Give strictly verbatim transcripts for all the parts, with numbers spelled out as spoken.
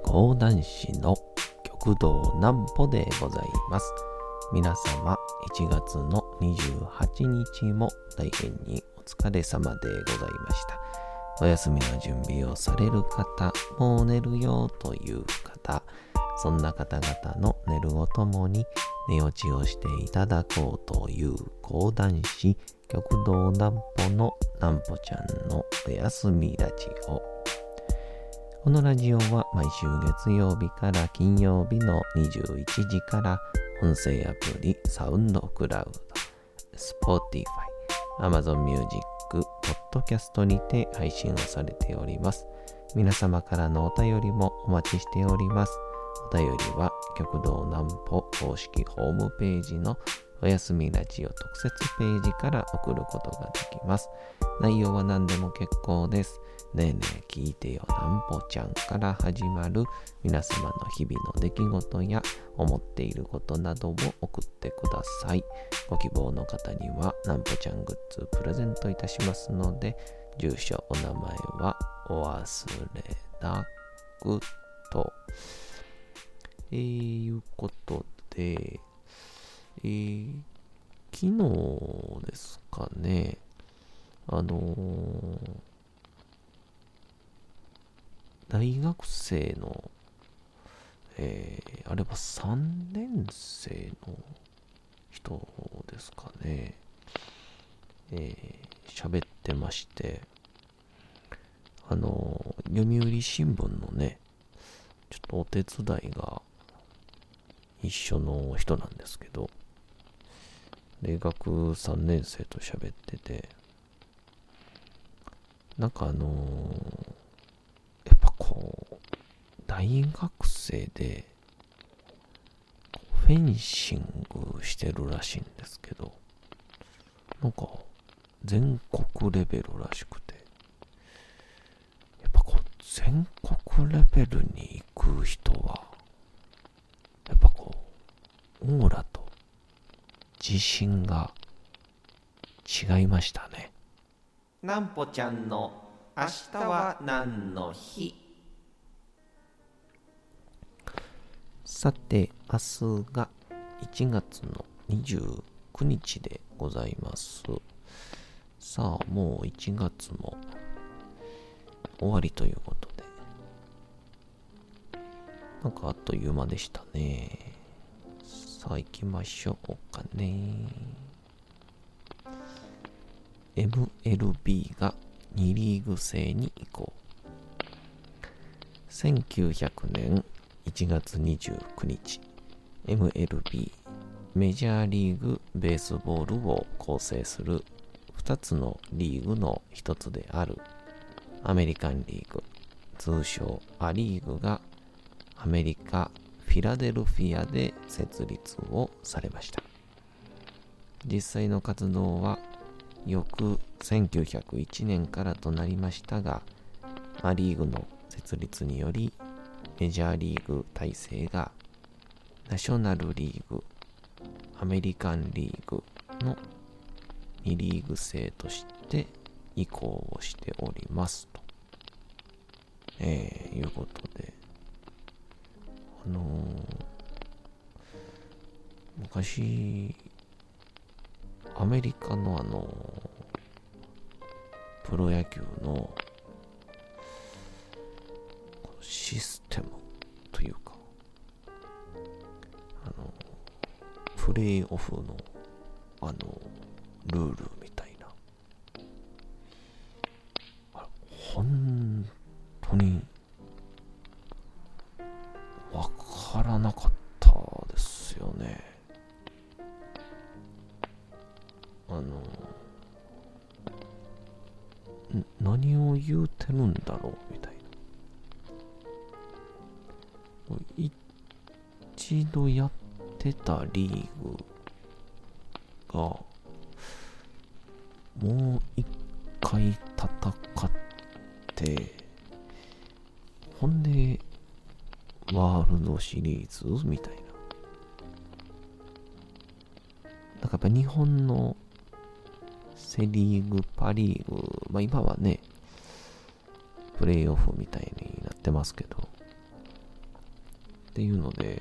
講談師の極道南歩でございます。皆様いちがつのにじゅうはちにちも大変にお疲れ様でございました。お休みの準備をされる方、もう寝るよという方、そんな方々の寝るをともに寝落ちをしていただこうという講談師極道南歩の南歩ちゃんのお休みラジオ。このラジオは毎週月曜日から金曜日のにじゅういちじから音声アプリサウンドクラウド、Spotify、Amazon Music、ポッドキャストにて配信をされております。皆様からのお便りもお待ちしております。お便りは極道南歩公式ホームページのおやすみラジオ特設ページから送ることができます。内容は何でも結構です。ねえねえ聞いてよ南歩ちゃんから始まる皆様の日々の出来事や思っていることなどを送ってください。ご希望の方には南歩ちゃんグッズプレゼントいたしますので、住所お名前はお忘れなくと、えー、いうことで、えー、昨日ですかね、あのー、大学生の、えー、あれはさんねん生の人ですかね、えー、喋ってまして、あのー、読売新聞のね、ちょっとお手伝いが一緒の人なんですけど、大学さんねん生と喋ってて、なんかあのー、やっぱこう大学生でフェンシングしてるらしいんですけど、なんか全国レベルらしくて、やっぱこう全国レベルに行く人はやっぱこうオーラと自信が違いましたね。南歩ちゃんの明日は何の日。さて、明日がいちがつのにじゅうくにちでございます。さあ、もういちがつも終わりということで、なんかあっという間でしたね。さあ行きましょうかね。エムエルビー がにリーグ制に移行。せんきゅうひゃくねんいちがつにじゅうくにち、エムエルビー メジャーリーグベースボールを構成するふたつのリーグのひとつであるアメリカンリーグ、通称アリーグがアメリカ・フィラデルフィアで設立をされました。実際の活動は翌せんきゅうひゃくいちねんからとなりましたが、アリーグの設立によりメジャーリーグ体制がナショナルリーグ、アメリカンリーグのにリーグ制として移行をしておりますと、えー、いうことで、あのー、昔アメリカのあのー、プロ野球のシステムというか、あのプレイオフのあのルールみたいな、あれ本当にわからなかったですよね。あの何を言うてるんだろうみたいな。一度やってたリーグがもう一回戦って、ほんでワールドシリーズみたいな。なんかやっぱ日本のセリーグ、パリーグ、まあ今はねプレイオフみたいになってますけど、 っていうので、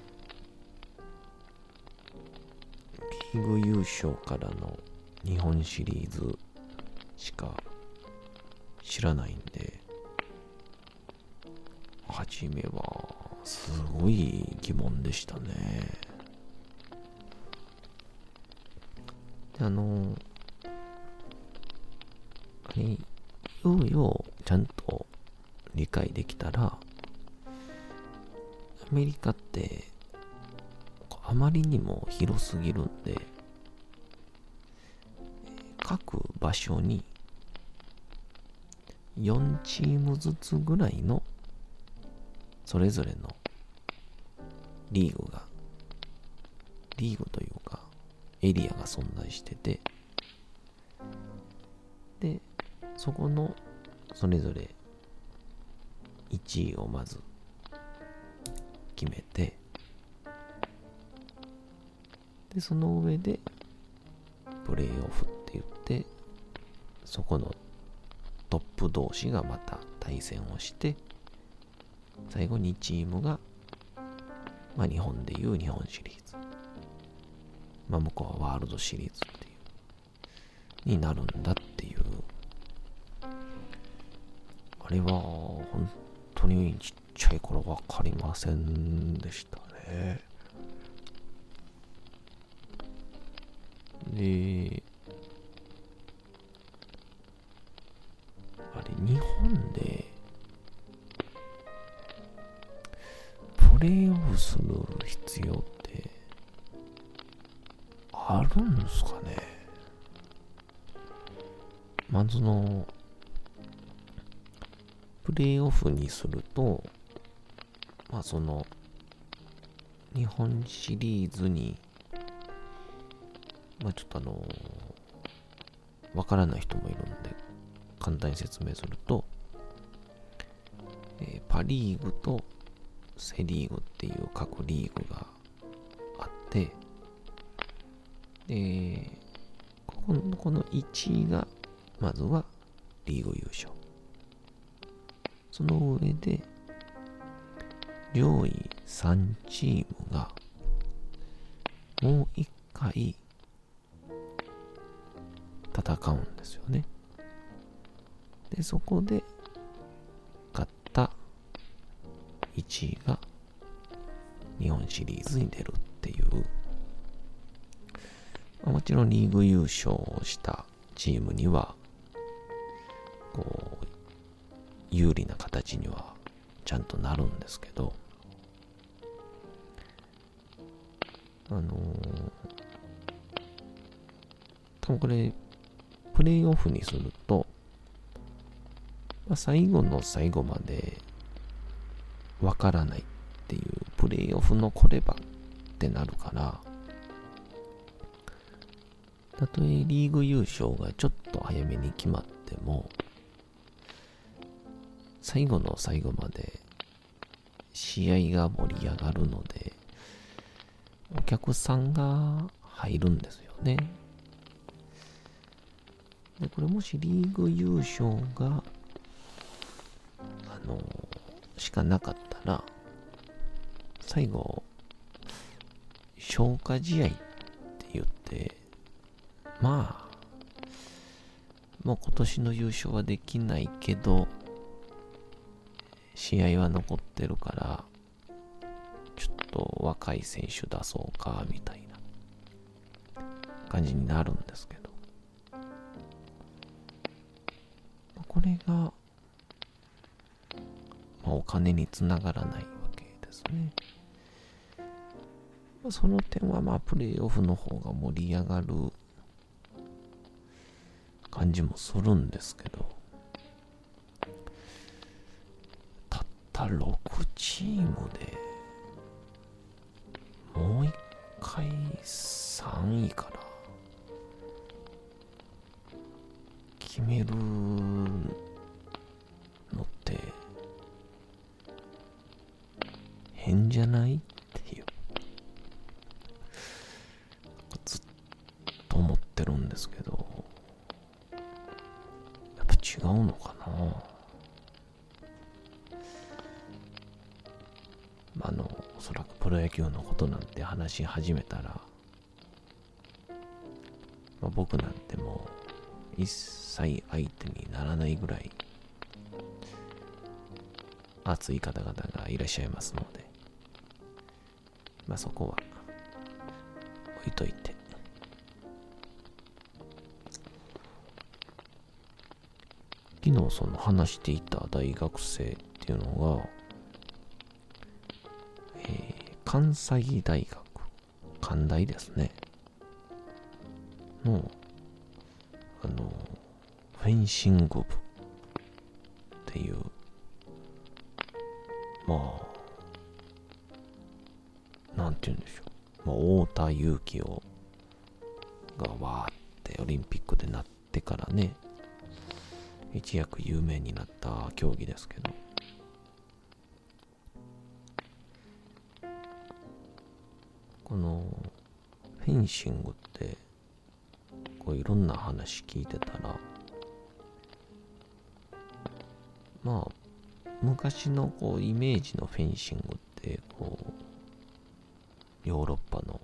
リーグ優勝からの日本シリーズしか知らないんで、はじめはすごい疑問でしたね。で、あのあれようようちゃんと理解できたら、アメリカってあまりにも広すぎるんで、各場所によんチームずつぐらいのそれぞれのリーグが、リーグというかエリアが存在してて、で、そこのそれぞれいちいをまず決めて、で、その上でプレイオフって言って、そこのトップ同士がまた対戦をして、最後にチームが、まあ日本でいう日本シリーズ、まあ向こうはワールドシリーズっていうになるんだっていう、あれは本当にちっちゃい頃わかりませんでしたね。で、あれ日本でプレイオフする必要ってあるんですかね。まずのプレイオフにすると、まあその日本シリーズに、まあちょっとあのわからない人もいるんで簡単に説明すると、えー、パリーグとセリーグっていう各リーグがあって、で、ここの、このいちいがまずはリーグ優勝。その上で上位さんチームがもういっかい戦うんですよね。で、そこで勝ったいちいが日本シリーズに出るっていう、もちろんリーグ優勝をしたチームにはこう有利な形にはちゃんとなるんですけど、あのー、多分これプレイオフにすると、まあ、最後の最後までわからないっていう、プレイオフ残ればってなるから、たとえリーグ優勝がちょっと早めに決まっても、最後の最後まで試合が盛り上がるので、お客さんが入るんですよね。で、これもしリーグ優勝があのしかなかったら、最後消化試合って言って、まあもう今年の優勝はできないけど試合は残ってるからちょっと若い選手出そうかみたいな感じになるんですけど、これが、まあ、お金につながらないわけですね。その点はまあプレイオフの方が盛り上がる感じもするんですけど、たったろくチームでもう一回さんいから決めるのって変じゃないっていう、ずっと思ってるんですけど、やっぱ違うのかな。 あのおそらくプロ野球のことなんて話し始めたら、まあ、僕なんてもう一切相手にならないぐらい熱い方々がいらっしゃいますので、まあそこは置いといて、昨日その話していた大学生っていうのが、えー、関西大学、関大ですねのあのフェンシング部っていう、まあなんて言うんでしょう、まあ、太田雄貴をがわーってオリンピックでなってからね、一躍有名になった競技ですけど、このフェンシングってこういろんな話聞いてたら、まあ昔のこうイメージのフェンシングってこうヨーロッパの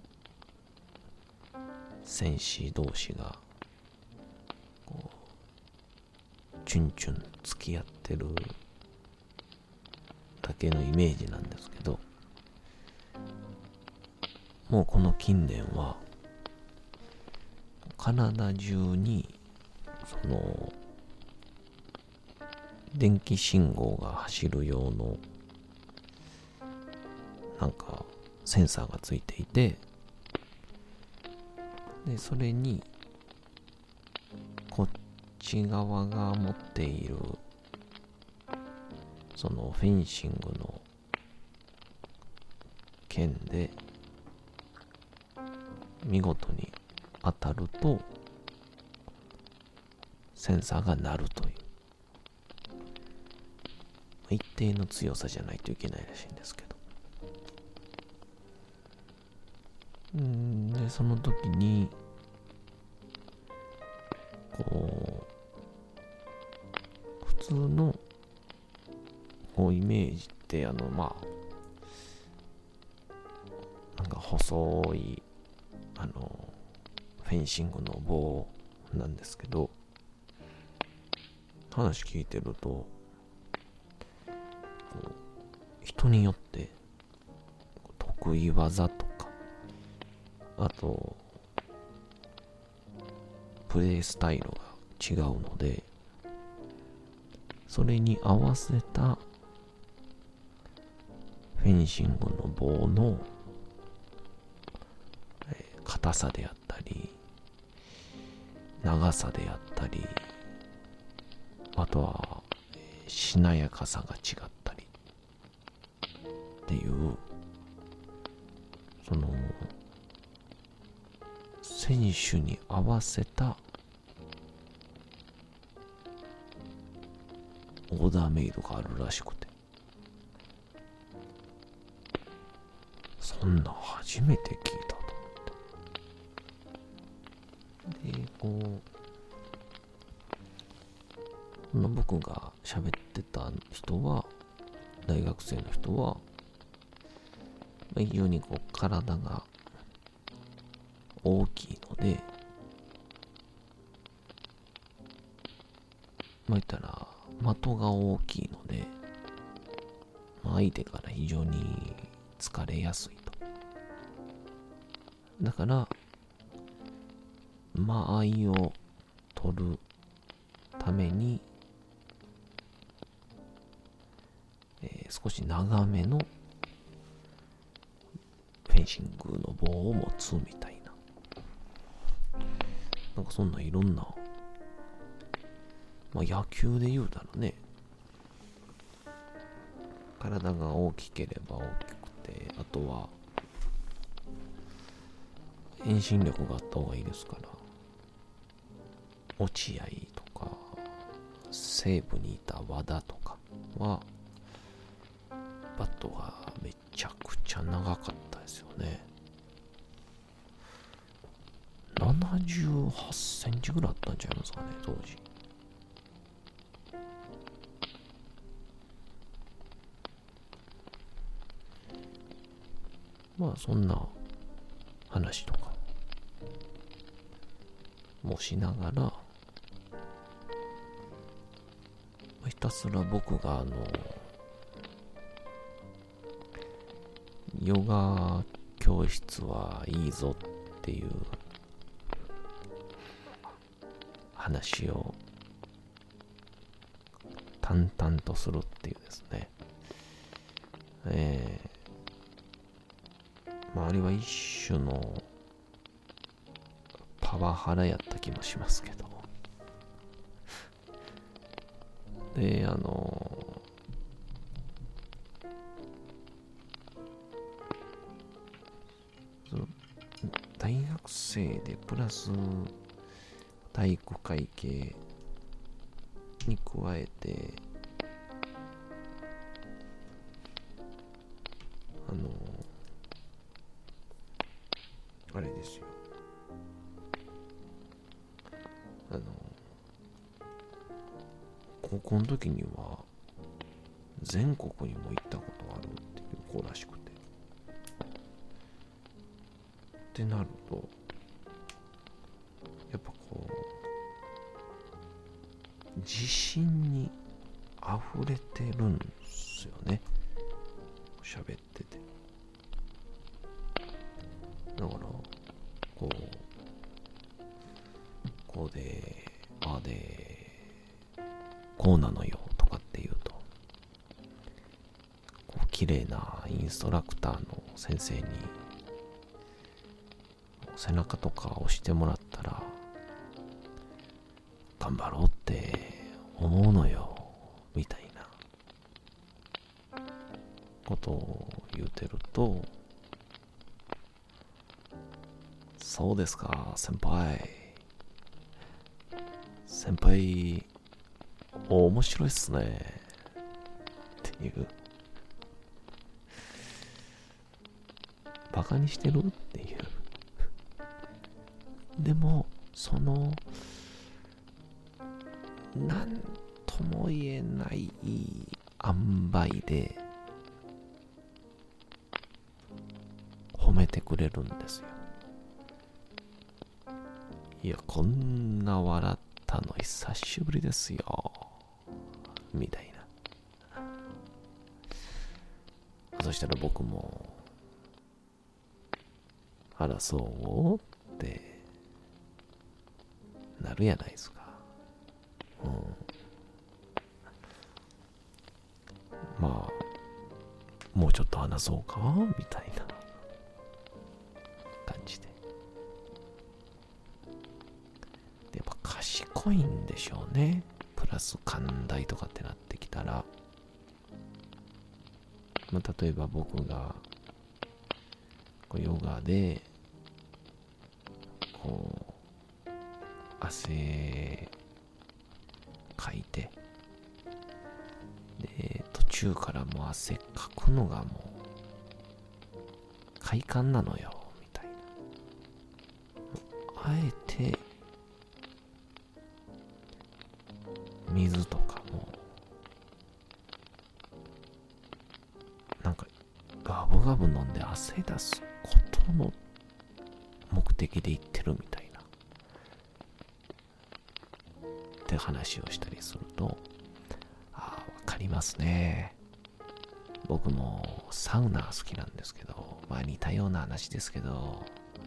戦士同士がこうチュンチュン付き合ってるだけのイメージなんですけど、もうこの近年は体中にその電気信号が走る用のなんかセンサーがついていて、でそれにこっち側が持っているそのフェンシングの剣で見事に当たるとセンサーが鳴るという一定の強さじゃないといけないらしいんですけど、うんでその時にこう普通のこうイメージってあのまあなんか細いあのフェンシングの棒なんですけど、話聞いてるとこう人によって得意技とか、あとプレイスタイルが違うので、それに合わせたフェンシングの棒の硬さであったり長さであったり、あとはしなやかさが違ったりっていう、その選手に合わせたオーダーメイドがあるらしくて、そんな初めて聞いたと思って、でこうの僕が喋ってた人は、大学生の人は非常にこう体が大きいので、まあ言ったら的が大きいので、まあ、相手から非常に疲れやすいと。だから間合いを取るために、えー、少し長めのフェンシングの棒を持つみたいな、なんかそんないろんな、まあ野球で言うたらね、体が大きければ大きくて、あとは遠心力があった方がいいですから、落合とか西武にいた和田とかはバットがめちゃくちゃ長かったですよね。ななじゅうはちセンチぐらいあったんちゃいますかね、当時。 まあそんな話とかもしながら、ひたすら僕があのヨガ教室はいいぞっていう話を淡々とするっていうですね、えー、まああれは一種のパワハラやった気もしますけど、であの大学生でプラス体育会系に加えてあのあれですよ、あの高校の時には全国にも行ったことあるっていう子らしくて、ってなるとやっぱこう自信に溢れてるんですよね、喋ってて。だからこうこうでああでこうなのよとかっていうと、こう綺麗なインストラクターの先生に背中とか押してもらったら頑張ろうって思うのよみたいなことを言うてると、そうですか先輩先輩面白いっすねっていう、バカにしてるっていう。でもそのなんとも言えない塩梅で褒めてくれるんですよ。いやこんな笑ったの久しぶりですよみたいな。そしたら僕もあらそうってなるやないですか。うん、まあもうちょっと話そうかみたいな感じで。でやっぱ賢いんでしょうね。プラス寛大とかってなってきたら、まあ、例えば僕がこうヨガでこう汗かいて、で途中からもう汗かくのがもう快感なのよみたいな。あえて水とかもなんかガブガブ飲んで汗出すことの目的で言ってるみたいなって話をしたりすると、ああわかりますね。僕もサウナ好きなんですけど、まあ似たような話ですけど、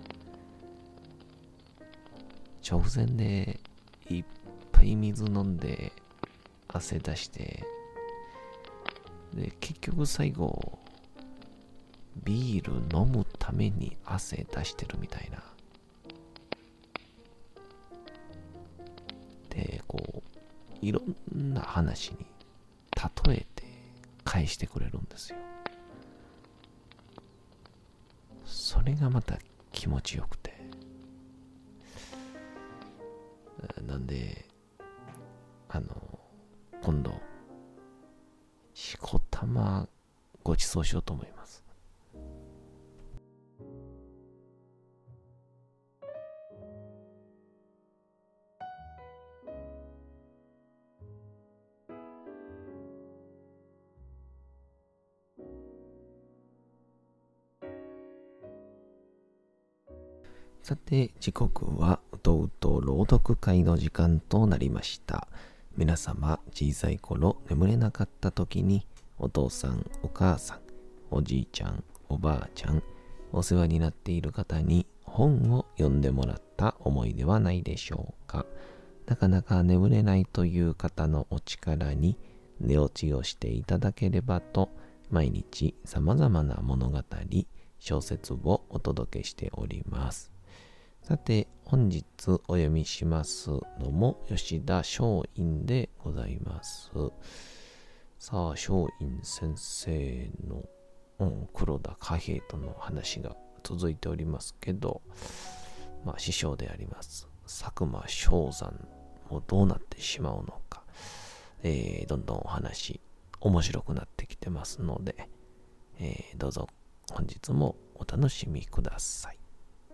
直前でいっぱい水飲んで汗出して、で結局最後ビール飲むために汗出してるみたいな。でこういろんな話に例えて返してくれるんですよ。それがまた気持ちよくて、なんであの今度しこたまごちそうしようと思います。 さて、時刻はうとうと朗読会の時間となりました。皆様、小さい頃眠れなかった時に、お父さん、お母さん、おじいちゃん、おばあちゃん、お世話になっている方に本を読んでもらった思いではないでしょうか。なかなか眠れないという方のお力に寝落ちをしていただければと、毎日様々な物語、小説をお届けしております。さて、本日お読みしますのも吉田松陰でございます。さあ、松陰先生の、うん、黒田貨幣との話が続いておりますけど、まあ師匠であります佐久間象山もどうなってしまうのか、えー、どんどんお話面白くなってきてますので、えー、どうぞ本日もお楽しみください。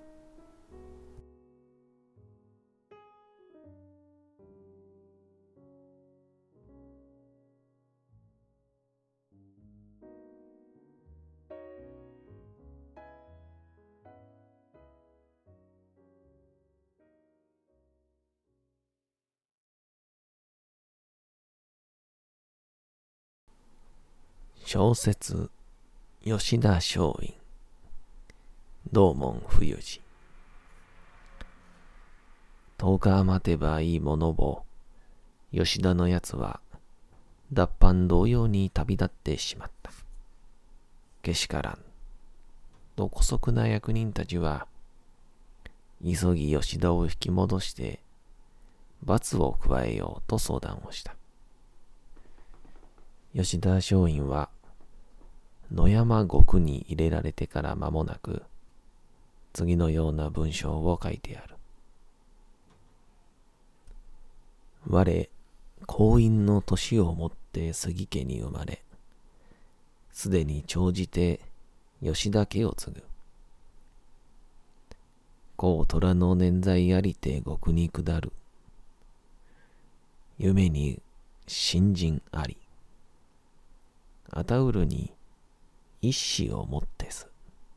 小説吉田松陰道門冬治。十日待てばいいものを吉田のやつは脱藩同様に旅立ってしまった。けしからんと姑息な役人たちは急ぎ吉田を引き戻して罰を加えようと相談をした。吉田松陰は野山獄に入れられてから間もなく次のような文章を書いてある。我、婚姻の年をもって杉家に生まれ、すでに長じて吉田家を継ぐ。子虎の年在ありて獄に下る。夢に新人あり。あたうるに一子をもってす。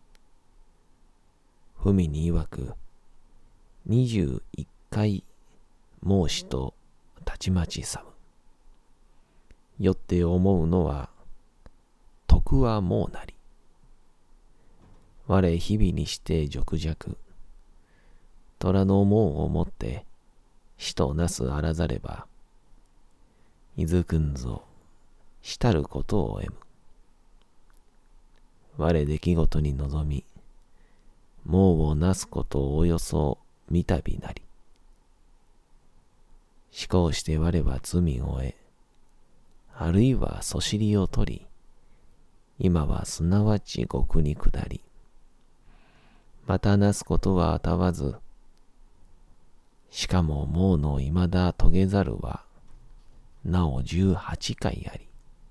文に曰く、二十一回申しとたちまちさむ。よって思うのは、徳はもうなり。我日々にして辱弱。虎の門をもって、死となすあらざれば、いずくんぞ、したることを得む。我出来事に臨み、網をなすことをおよそみたびなり。思考して我は罪を得、あるいはそしりを取り、今はすなわち獄に下り、またなすことはあたわず、しかも網のいまだ遂げざるは、なお十八回あり、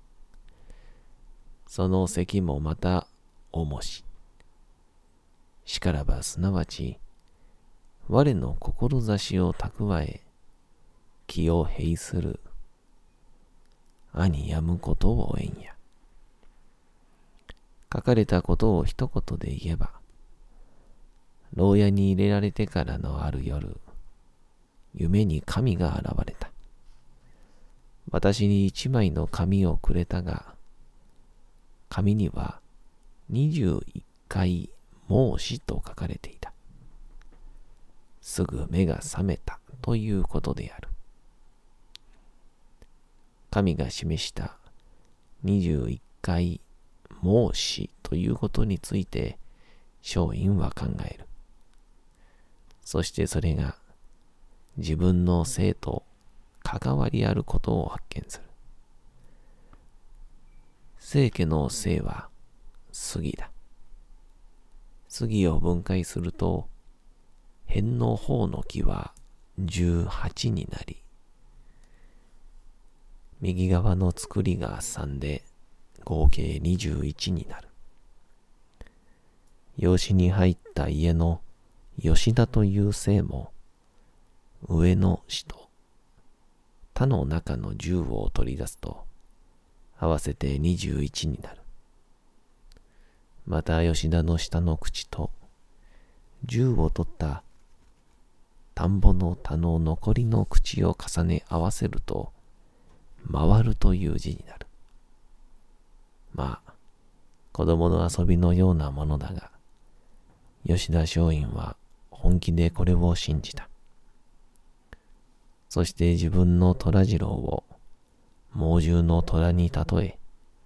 その席もまた重し。しからばすなわち、我の志を蓄え、気を閉する。兄やむことをえんや。書かれたことを一言で言えば、牢屋に入れられてからのある夜、夢に神が現れた。私に一枚の紙をくれたが、紙には二十一回申しと書かれていた。すぐ目が覚めたということである。神が示した二十一回申しということについて松陰は考える。そしてそれが自分の生と関わりあることを発見する。生家の生は杉だ。杉を分解すると辺の方の木は十八になり、右側の作りが三で合計二十一になる。養子に入った家の吉田という姓も上の子と他の中の十を取り出すと合わせて二十一になる。また吉田の下の口と銃を取った田んぼの田の残りの口を重ね合わせると、回るという字になる。まあ、子供の遊びのようなものだが、吉田松陰は本気でこれを信じた。そして自分の虎次郎を猛獣の虎に例え、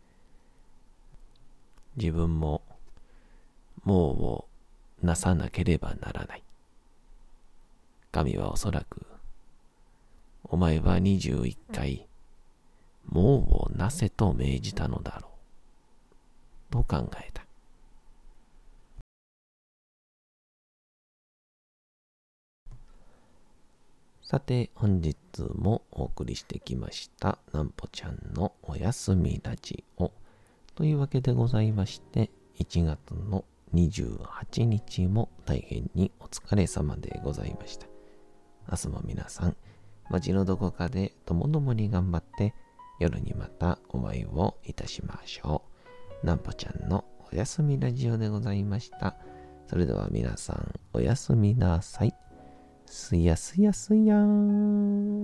自分も猛をなさなければならない。神はおそらく、お前は二十一回、猛をなせと命じたのだろう、と考えた。さて、本日もお送りしてきました、なんぽちゃんのおやすみラジオというわけでございまして、いちがつのにじゅうはちにちも大変にお疲れ様でございました。明日も皆さん、街のどこかでともどもに頑張って、夜にまたお会いをいたしましょう。なんぽちゃんのおやすみラジオでございました。それでは皆さん、おやすみなさい。すやすやすやーん。